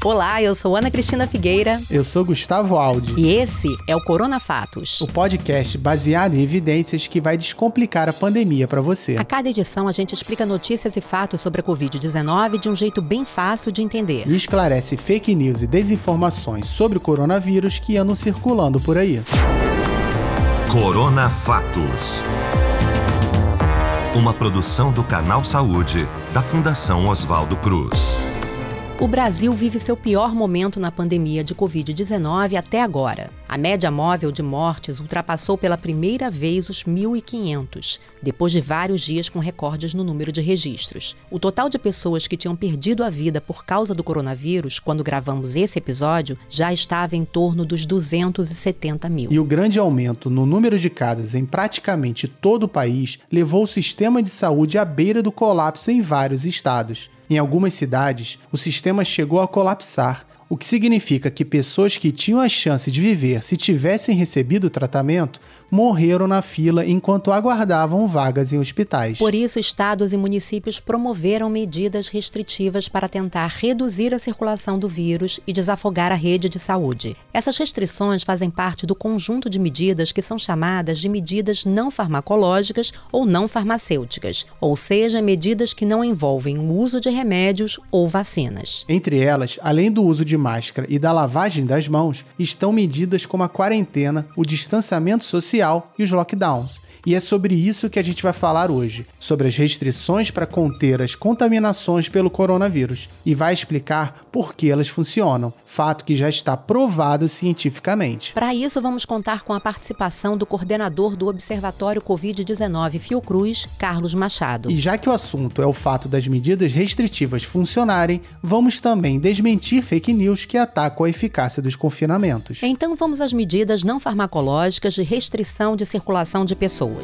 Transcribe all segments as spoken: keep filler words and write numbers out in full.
Olá, eu sou Ana Cristina Figueira. Eu sou Gustavo Aldi. E esse é o Corona Fatos, o podcast baseado em evidências que vai descomplicar a pandemia para você. A cada edição, a gente explica notícias e fatos sobre a covid dezenove de um jeito bem fácil de entender. E esclarece fake news e desinformações sobre o coronavírus que andam circulando por aí. Corona Fatos. Uma produção do Canal Saúde, da Fundação Oswaldo Cruz. O Brasil vive seu pior momento na pandemia de covid dezenove até agora. A média móvel de mortes ultrapassou pela primeira vez os mil e quinhentos, depois de vários dias com recordes no número de registros. O total de pessoas que tinham perdido a vida por causa do coronavírus, quando gravamos esse episódio, já estava em torno dos duzentos e setenta mil. E o grande aumento no número de casos em praticamente todo o país levou o sistema de saúde à beira do colapso em vários estados. Em algumas cidades, o sistema chegou a colapsar, o que significa que pessoas que tinham a chance de viver se tivessem recebido o tratamento, morreram na fila enquanto aguardavam vagas em hospitais. Por isso, estados e municípios promoveram medidas restritivas para tentar reduzir a circulação do vírus e desafogar a rede de saúde. Essas restrições fazem parte do conjunto de medidas que são chamadas de medidas não farmacológicas ou não farmacêuticas, ou seja, medidas que não envolvem o uso de remédios ou vacinas. Entre elas, além do uso de máscara e da lavagem das mãos, estão medidas como a quarentena, o distanciamento social e os lockdowns. E é sobre isso que a gente vai falar hoje, sobre as restrições para conter as contaminações pelo coronavírus, e vai explicar por que elas funcionam, fato que já está provado cientificamente. Para isso, vamos contar com a participação do coordenador do Observatório covid dezenove Fiocruz, Carlos Machado. E já que o assunto é o fato das medidas restritivas funcionarem, vamos também desmentir fake news que atacam a eficácia dos confinamentos. Então vamos às medidas não farmacológicas de restrição de circulação de pessoas.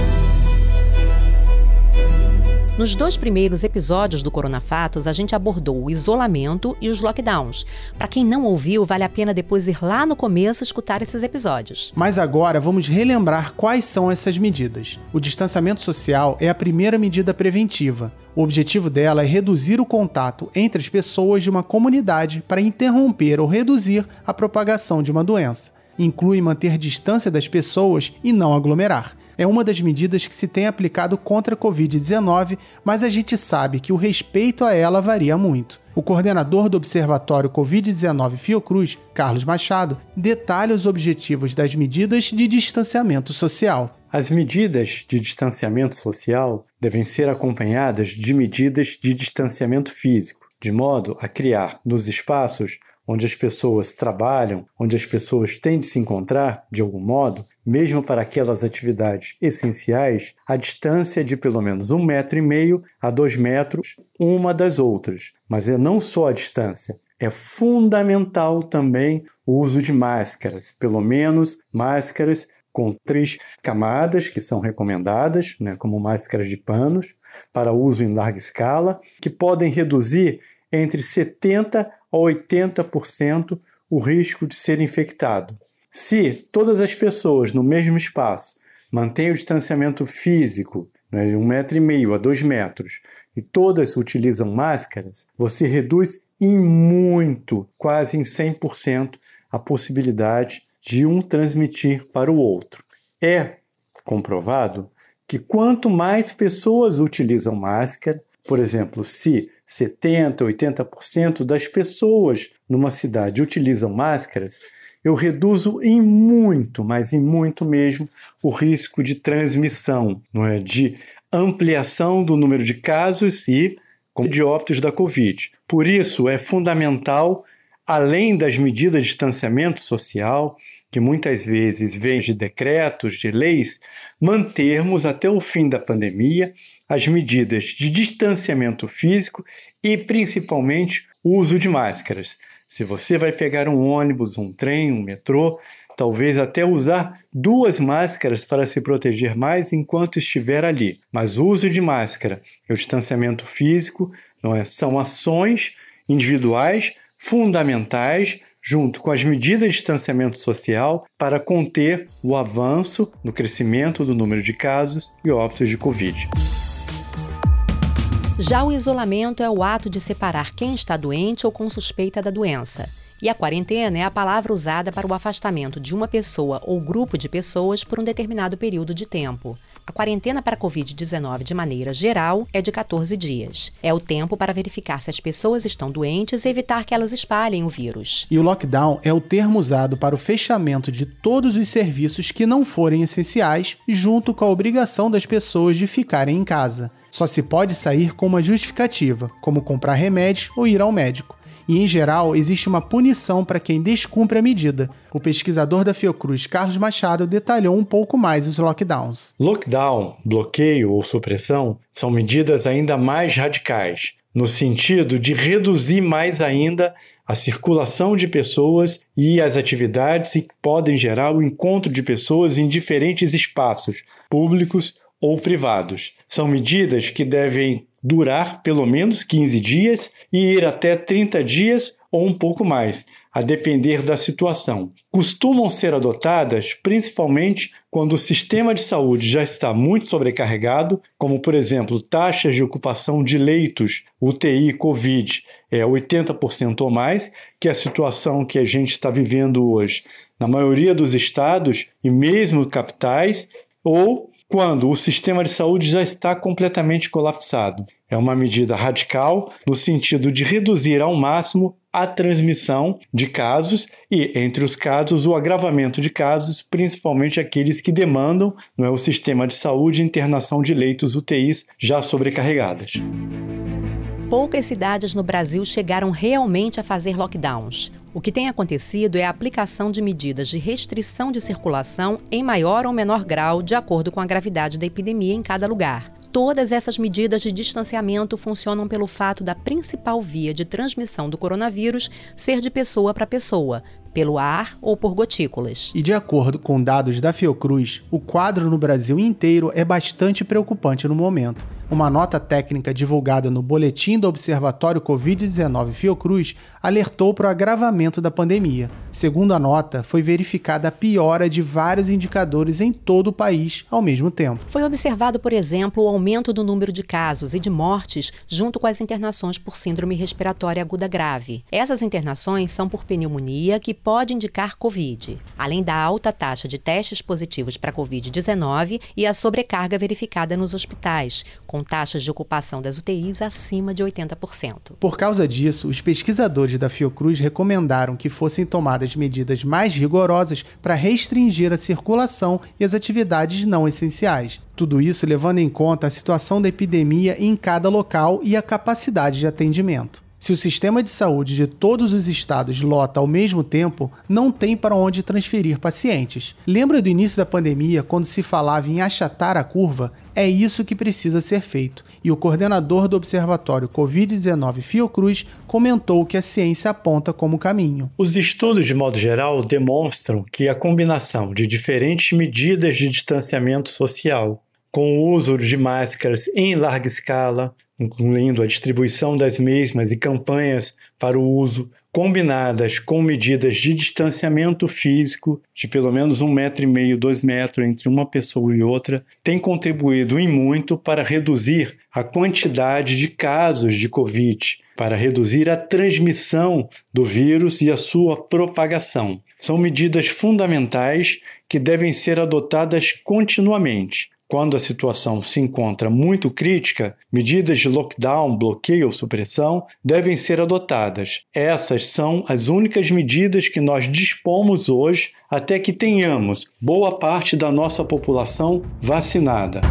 Nos dois primeiros episódios do Corona Fatos, a gente abordou o isolamento e os lockdowns. Para quem não ouviu, vale a pena depois ir lá no começo escutar esses episódios. Mas agora vamos relembrar quais são essas medidas. O distanciamento social é a primeira medida preventiva. O objetivo dela é reduzir o contato entre as pessoas de uma comunidade para interromper ou reduzir a propagação de uma doença. Inclui manter distância das pessoas e não aglomerar. É uma das medidas que se tem aplicado contra a covid dezenove, mas a gente sabe que o respeito a ela varia muito. O coordenador do Observatório covid dezenove Fiocruz, Carlos Machado, detalha os objetivos das medidas de distanciamento social. As medidas de distanciamento social devem ser acompanhadas de medidas de distanciamento físico, de modo a criar nos espaços onde as pessoas trabalham, onde as pessoas têm de se encontrar, de algum modo, mesmo para aquelas atividades essenciais, a distância de pelo menos um metro e meio a dois metros uma das outras. Mas é não só a distância, é fundamental também o uso de máscaras, pelo menos máscaras com três camadas que são recomendadas, né, como máscaras de panos, para uso em larga escala, que podem reduzir entre setenta por cento a oitenta por cento o risco de ser infectado. Se todas as pessoas no mesmo espaço mantêm o distanciamento físico, né, de um metro e meio a dois metros, e todas utilizam máscaras, você reduz em muito, quase em cem por cento, a possibilidade de um transmitir para o outro. É comprovado que quanto mais pessoas utilizam máscara, por exemplo, se setenta por cento, oitenta por cento das pessoas numa cidade utilizam máscaras, eu reduzo em muito, mas em muito mesmo, o risco de transmissão, não é? De ampliação do número de casos e de óbitos da Covid. Por isso, é fundamental, além das medidas de distanciamento social, que muitas vezes vêm de decretos, de leis, mantermos até o fim da pandemia as medidas de distanciamento físico e, principalmente, o uso de máscaras. Se você vai pegar um ônibus, um trem, um metrô, talvez até usar duas máscaras para se proteger mais enquanto estiver ali. Mas o uso de máscara e o distanciamento físico não é, são ações individuais fundamentais junto com as medidas de distanciamento social para conter o avanço no crescimento do número de casos e óbitos de Covid. Já o isolamento é o ato de separar quem está doente ou com suspeita da doença. E a quarentena é a palavra usada para o afastamento de uma pessoa ou grupo de pessoas por um determinado período de tempo. A quarentena para a covid dezenove, de maneira geral, é de quatorze dias. É o tempo para verificar se as pessoas estão doentes e evitar que elas espalhem o vírus. E o lockdown é o termo usado para o fechamento de todos os serviços que não forem essenciais, junto com a obrigação das pessoas de ficarem em casa. Só se pode sair com uma justificativa, como comprar remédios ou ir ao médico. E, em geral, existe uma punição para quem descumpre a medida. O pesquisador da Fiocruz, Carlos Machado, detalhou um pouco mais os lockdowns. Lockdown, bloqueio ou supressão são medidas ainda mais radicais, no sentido de reduzir mais ainda a circulação de pessoas e as atividades que podem gerar o encontro de pessoas em diferentes espaços, públicos ou privados. São medidas que devem durar pelo menos quinze dias e ir até trinta dias ou um pouco mais, a depender da situação. Costumam ser adotadas principalmente quando o sistema de saúde já está muito sobrecarregado, como, por exemplo, taxas de ocupação de leitos U T I Covid é oitenta por cento ou mais, que é a situação que a gente está vivendo hoje na maioria dos estados e mesmo capitais, ou quando o sistema de saúde já está completamente colapsado. É uma medida radical no sentido de reduzir ao máximo a transmissão de casos e, entre os casos, o agravamento de casos, principalmente aqueles que demandam, não é, o sistema de saúde e internação de leitos U T Is já sobrecarregadas. Poucas cidades no Brasil chegaram realmente a fazer lockdowns. O que tem acontecido é a aplicação de medidas de restrição de circulação em maior ou menor grau, de acordo com a gravidade da epidemia em cada lugar. Todas essas medidas de distanciamento funcionam pelo fato da principal via de transmissão do coronavírus ser de pessoa para pessoa, pelo ar ou por gotículas. E de acordo com dados da Fiocruz, o quadro no Brasil inteiro é bastante preocupante no momento. Uma nota técnica divulgada no boletim do Observatório covid dezenove Fiocruz alertou para o agravamento da pandemia. Segundo a nota, foi verificada a piora de vários indicadores em todo o país ao mesmo tempo. Foi observado, por exemplo, o aumento do número de casos e de mortes junto com as internações por síndrome respiratória aguda grave. Essas internações são por pneumonia, que pode indicar Covid, além da alta taxa de testes positivos para covid dezenove e a sobrecarga verificada nos hospitais, com taxas de ocupação das U T Is acima de oitenta por cento. Por causa disso, os pesquisadores da Fiocruz recomendaram que fossem tomadas medidas mais rigorosas para restringir a circulação e as atividades não essenciais. Tudo isso levando em conta a situação da epidemia em cada local e a capacidade de atendimento. Se o sistema de saúde de todos os estados lota ao mesmo tempo, não tem para onde transferir pacientes. Lembra do início da pandemia, quando se falava em achatar a curva? É isso que precisa ser feito. E o coordenador do Observatório covid dezenove Fiocruz comentou que a ciência aponta como caminho. Os estudos, de modo geral, demonstram que a combinação de diferentes medidas de distanciamento social, com o uso de máscaras em larga escala, incluindo a distribuição das mesmas e campanhas para o uso, combinadas com medidas de distanciamento físico de pelo menos um metro e meio, dois metros entre uma pessoa e outra, tem contribuído em muito para reduzir a quantidade de casos de Covid, para reduzir a transmissão do vírus e a sua propagação. São medidas fundamentais que devem ser adotadas continuamente. Quando a situação se encontra muito crítica, medidas de lockdown, bloqueio ou supressão devem ser adotadas. Essas são as únicas medidas que nós dispomos hoje até que tenhamos boa parte da nossa população vacinada.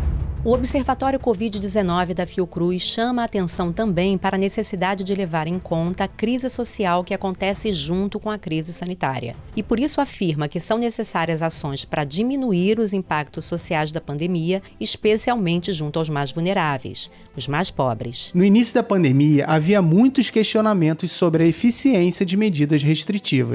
O Observatório covid dezenove da Fiocruz chama a atenção também para a necessidade de levar em conta a crise social que acontece junto com a crise sanitária. E por isso afirma que são necessárias ações para diminuir os impactos sociais da pandemia, especialmente junto aos mais vulneráveis, os mais pobres. No início da pandemia, havia muitos questionamentos sobre a eficiência de medidas restritivas.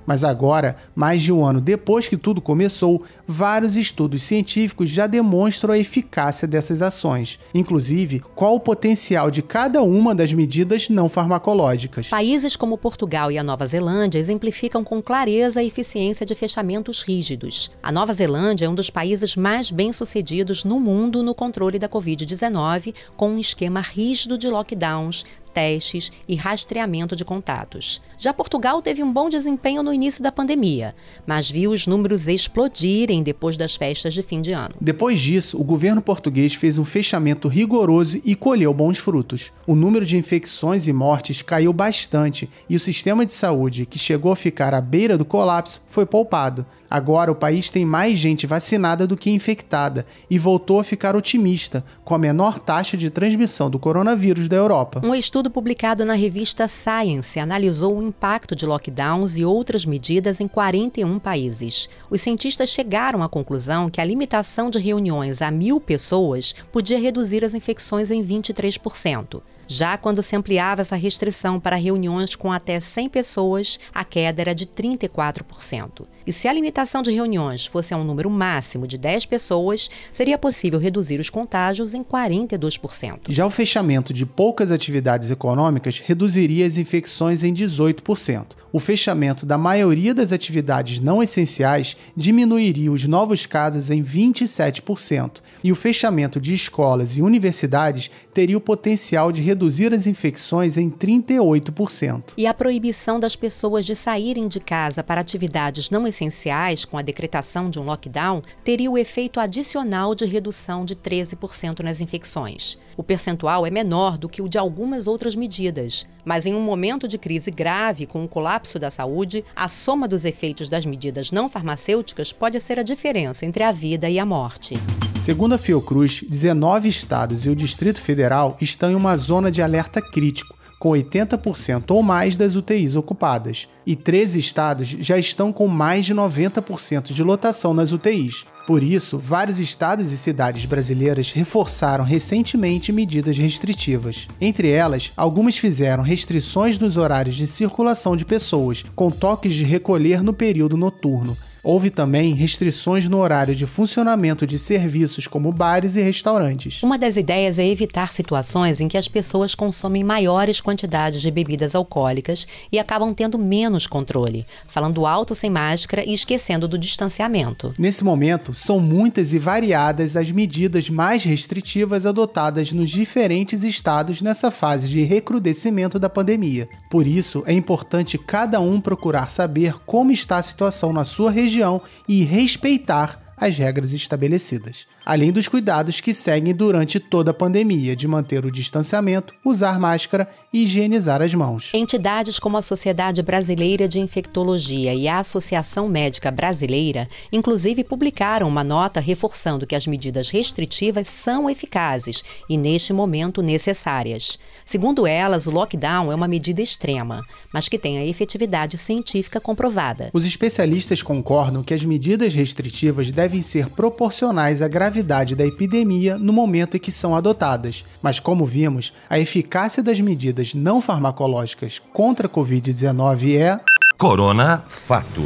Mas agora, mais de um ano depois que tudo começou, vários estudos científicos já demonstram a eficácia dessas ações, inclusive qual o potencial de cada uma das medidas não farmacológicas. Países como Portugal e a Nova Zelândia exemplificam com clareza a eficiência de fechamentos rígidos. A Nova Zelândia é um dos países mais bem-sucedidos no mundo no controle da covid dezenove, com um esquema rígido de lockdowns, testes e rastreamento de contatos. Já Portugal teve um bom desempenho no início da pandemia, mas viu os números explodirem depois das festas de fim de ano. Depois disso, o governo português fez um fechamento rigoroso e colheu bons frutos. O número de infecções e mortes caiu bastante e o sistema de saúde, que chegou a ficar à beira do colapso, foi poupado. Agora o país tem mais gente vacinada do que infectada e voltou a ficar otimista, com a menor taxa de transmissão do coronavírus da Europa. Um estudo publicado na revista Science analisou o impacto de lockdowns e outras medidas em quarenta e um países. Os cientistas chegaram à conclusão que a limitação de reuniões a mil pessoas podia reduzir as infecções em vinte e três por cento. Já quando se ampliava essa restrição para reuniões com até cem pessoas, a queda era de trinta e quatro por cento. E se a limitação de reuniões fosse a um número máximo de dez pessoas, seria possível reduzir os contágios em quarenta e dois por cento. Já o fechamento de poucas atividades econômicas reduziria as infecções em dezoito por cento. O fechamento da maioria das atividades não essenciais diminuiria os novos casos em vinte e sete por cento. E o fechamento de escolas e universidades teria o potencial de reduzir as infecções em trinta e oito por cento. E a proibição das pessoas de saírem de casa para atividades não essenciais, com a decretação de um lockdown, teria o efeito adicional de redução de treze por cento nas infecções. O percentual é menor do que o de algumas outras medidas, mas em um momento de crise grave, com o colapso da saúde, a soma dos efeitos das medidas não farmacêuticas pode ser a diferença entre a vida e a morte. Segundo a Fiocruz, dezenove estados e o Distrito Federal estão em uma zona de alerta crítico, com oitenta por cento ou mais das U T Is ocupadas, e treze estados já estão com mais de noventa por cento de lotação nas U T Is. Por isso, vários estados e cidades brasileiras reforçaram recentemente medidas restritivas. Entre elas, algumas fizeram restrições nos horários de circulação de pessoas, com toques de recolher no período noturno. Houve também restrições no horário de funcionamento de serviços como bares e restaurantes. Uma das ideias é evitar situações em que as pessoas consomem maiores quantidades de bebidas alcoólicas e acabam tendo menos controle, falando alto sem máscara e esquecendo do distanciamento. Nesse momento, são muitas e variadas as medidas mais restritivas adotadas nos diferentes estados nessa fase de recrudescimento da pandemia. Por isso, é importante cada um procurar saber como está a situação na sua região e respeitar as regras estabelecidas, além dos cuidados que seguem durante toda a pandemia de manter o distanciamento, usar máscara e higienizar as mãos. Entidades como a Sociedade Brasileira de Infectologia e a Associação Médica Brasileira, inclusive, publicaram uma nota reforçando que as medidas restritivas são eficazes e, neste momento, necessárias. Segundo elas, o lockdown é uma medida extrema, mas que tem a efetividade científica comprovada. Os especialistas concordam que as medidas restritivas devem devem ser proporcionais à gravidade da epidemia no momento em que são adotadas. Mas, como vimos, a eficácia das medidas não farmacológicas contra a covid dezenove é... Corona Fato.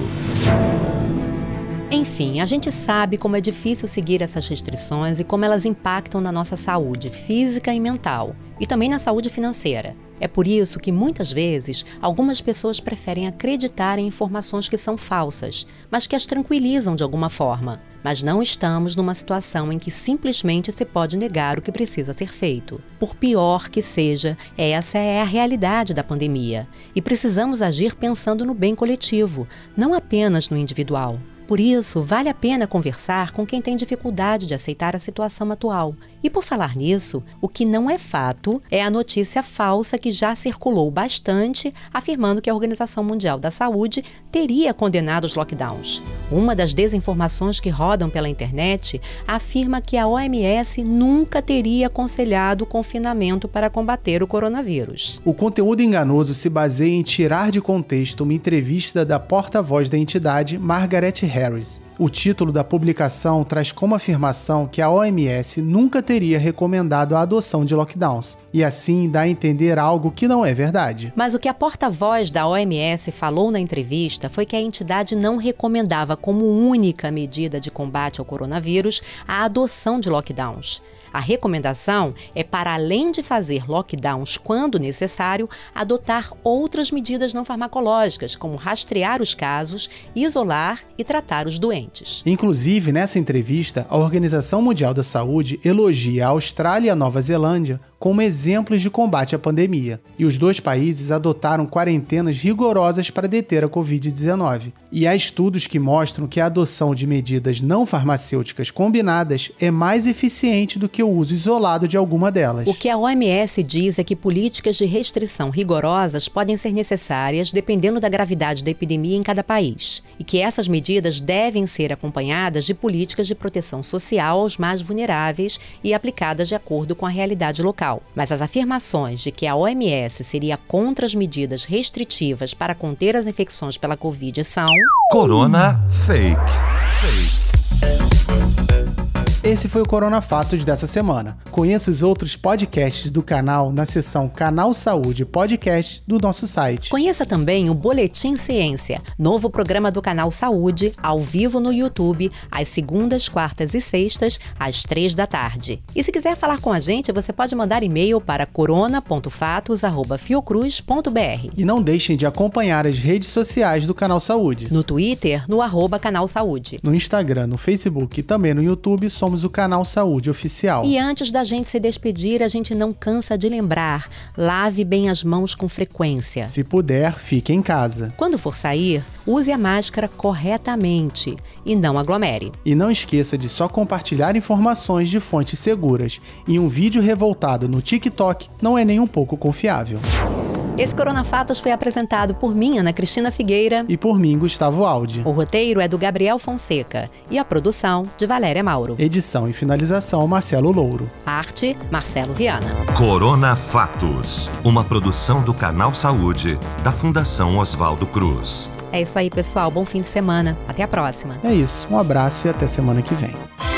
Enfim, a gente sabe como é difícil seguir essas restrições e como elas impactam na nossa saúde física e mental, e também na saúde financeira. É por isso que, muitas vezes, algumas pessoas preferem acreditar em informações que são falsas, mas que as tranquilizam de alguma forma. Mas não estamos numa situação em que simplesmente se pode negar o que precisa ser feito. Por pior que seja, essa é a realidade da pandemia. E precisamos agir pensando no bem coletivo, não apenas no individual. Por isso, vale a pena conversar com quem tem dificuldade de aceitar a situação atual. E por falar nisso, o que não é fato é a notícia falsa que já circulou bastante, afirmando que a Organização Mundial da Saúde teria condenado os lockdowns. Uma das desinformações que rodam pela internet afirma que a O M S nunca teria aconselhado o confinamento para combater o coronavírus. O conteúdo enganoso se baseia em tirar de contexto uma entrevista da porta-voz da entidade, Margaret Harris. O título da publicação traz como afirmação que a O M S nunca teria recomendado a adoção de lockdowns, e assim dá a entender algo que não é verdade. Mas o que a porta-voz da O M S falou na entrevista foi que a entidade não recomendava como única medida de combate ao coronavírus a adoção de lockdowns. A recomendação é para, além de fazer lockdowns quando necessário, adotar outras medidas não farmacológicas, como rastrear os casos, isolar e tratar os doentes. Inclusive, nessa entrevista, a Organização Mundial da Saúde elogia a Austrália e a Nova Zelândia como exemplos de combate à pandemia, e os dois países adotaram quarentenas rigorosas para deter a covid dezenove. E há estudos que mostram que a adoção de medidas não farmacêuticas combinadas é mais eficiente do que o uso isolado de alguma delas. O que a O M S diz é que políticas de restrição rigorosas podem ser necessárias dependendo da gravidade da epidemia em cada país, e que essas medidas devem ser acompanhadas de políticas de proteção social aos mais vulneráveis e aplicadas de acordo com a realidade local. Mas as afirmações de que a O M S seria contra as medidas restritivas para conter as infecções pela Covid são... Corona Fake. Fake. Esse foi o Corona Fatos dessa semana. Conheça os outros podcasts do canal na seção Canal Saúde Podcast do nosso site. Conheça também o Boletim Ciência, novo programa do Canal Saúde, ao vivo no YouTube, às segundas, quartas e sextas, às três da tarde. E se quiser falar com a gente, você pode mandar e-mail para corona ponto fatos arroba fiocruz ponto b r. E não deixem de acompanhar as redes sociais do Canal Saúde. No Twitter, no arroba Canal Saúde. No Instagram, no Facebook e também no YouTube, somos o Canal Saúde Oficial. E antes da gente se despedir, a gente não cansa de lembrar, lave bem as mãos com frequência. Se puder, fique em casa. Quando for sair, use a máscara corretamente e não aglomere. E não esqueça de só compartilhar informações de fontes seguras. E um vídeo revoltado no TikTok não é nem um pouco confiável. Esse Corona Fatos foi apresentado por mim, Ana Cristina Figueira. E por mim, Gustavo Aldi. O roteiro é do Gabriel Fonseca e a produção de Valéria Mauro. Edição e finalização, Marcelo Louro. Arte, Marcelo Viana. Corona Fatos, uma produção do Canal Saúde, da Fundação Oswaldo Cruz. É isso aí, pessoal. Bom fim de semana. Até a próxima. É isso. Um abraço e até semana que vem.